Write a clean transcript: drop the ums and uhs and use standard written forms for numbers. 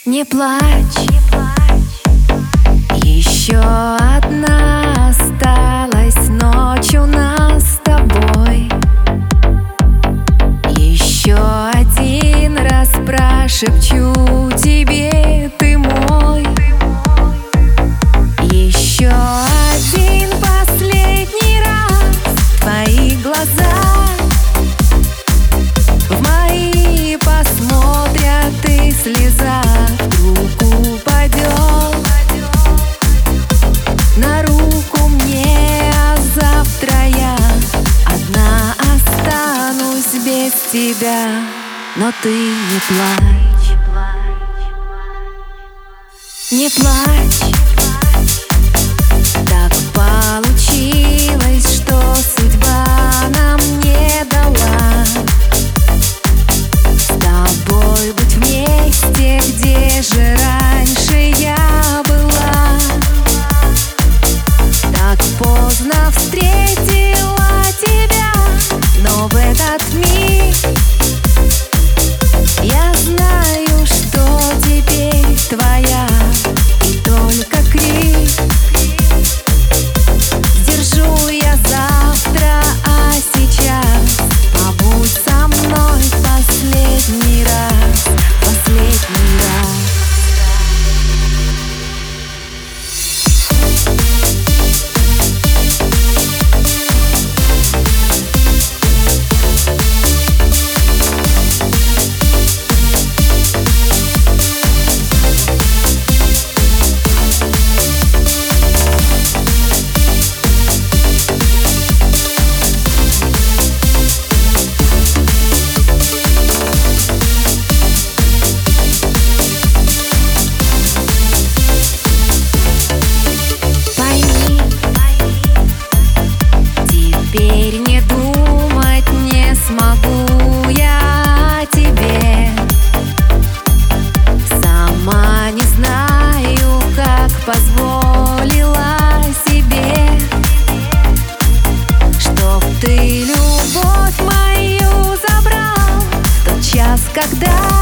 Не плачь, еще одна осталась ночь у нас с тобой. Еще один раз прошепчу тебе, ты мой. Еще один последний раз твои глаза в мои посмотрят, и слеза вдруг упадет на руку мне, а завтра я одна останусь без тебя. Но ты не плачь, не плачь. Так получилось, что судьба нам не дала с тобой быть вместе, где же раньше я была. Так поздно встретила тебя, но в этот миг я знаю, что теперь твоя, и только крик сдержу я завтра, а сейчас побудь со мной последний раз, последний раз. Теперь не думать не смогу я о тебе. Сама не знаю, как позволила себе, чтоб ты любовь мою забрал в тот час, когда